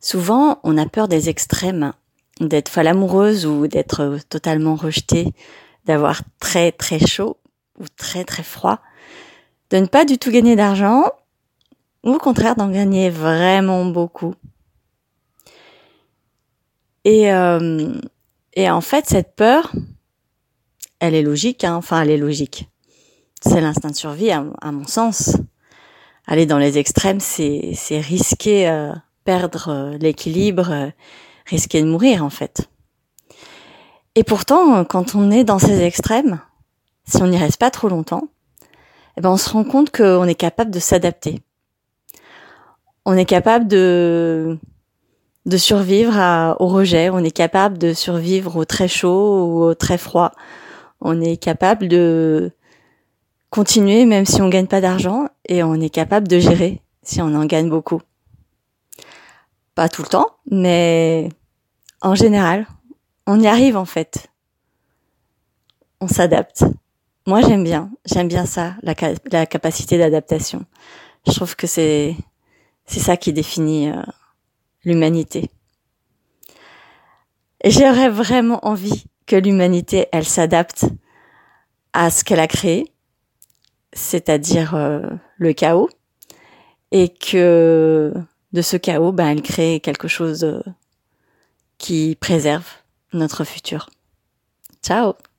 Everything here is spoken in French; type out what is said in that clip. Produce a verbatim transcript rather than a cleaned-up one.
Souvent, on a peur des extrêmes, d'être folle amoureuse ou d'être totalement rejetée, d'avoir très très chaud ou très très froid, de ne pas du tout gagner d'argent ou au contraire d'en gagner vraiment beaucoup. Et, euh, et en fait, cette peur, elle est logique, hein, enfin elle est logique. C'est l'instinct de survie à, à mon sens. Aller dans les extrêmes, c'est, c'est risquer euh, perdre euh, l'équilibre, euh, risquer de mourir en fait. Et pourtant, quand on est dans ces extrêmes, si on n'y reste pas trop longtemps, eh ben on se rend compte qu'on est capable de s'adapter. On est capable de de survivre à, au rejet, on est capable de survivre au très chaud ou au très froid. On est capable de continuer même si on gagne pas d'argent et on est capable de gérer si on en gagne beaucoup. Pas tout le temps, mais en général, on y arrive en fait. On s'adapte. Moi, j'aime bien, j'aime bien ça, la, la capacité d'adaptation. Je trouve que c'est c'est ça qui définit euh, l'humanité. Et j'aurais vraiment envie que l'humanité, elle s'adapte à ce qu'elle a créé, c'est-à-dire euh, le chaos, et que de ce chaos, ben, elle crée quelque chose euh, qui préserve notre futur. Ciao!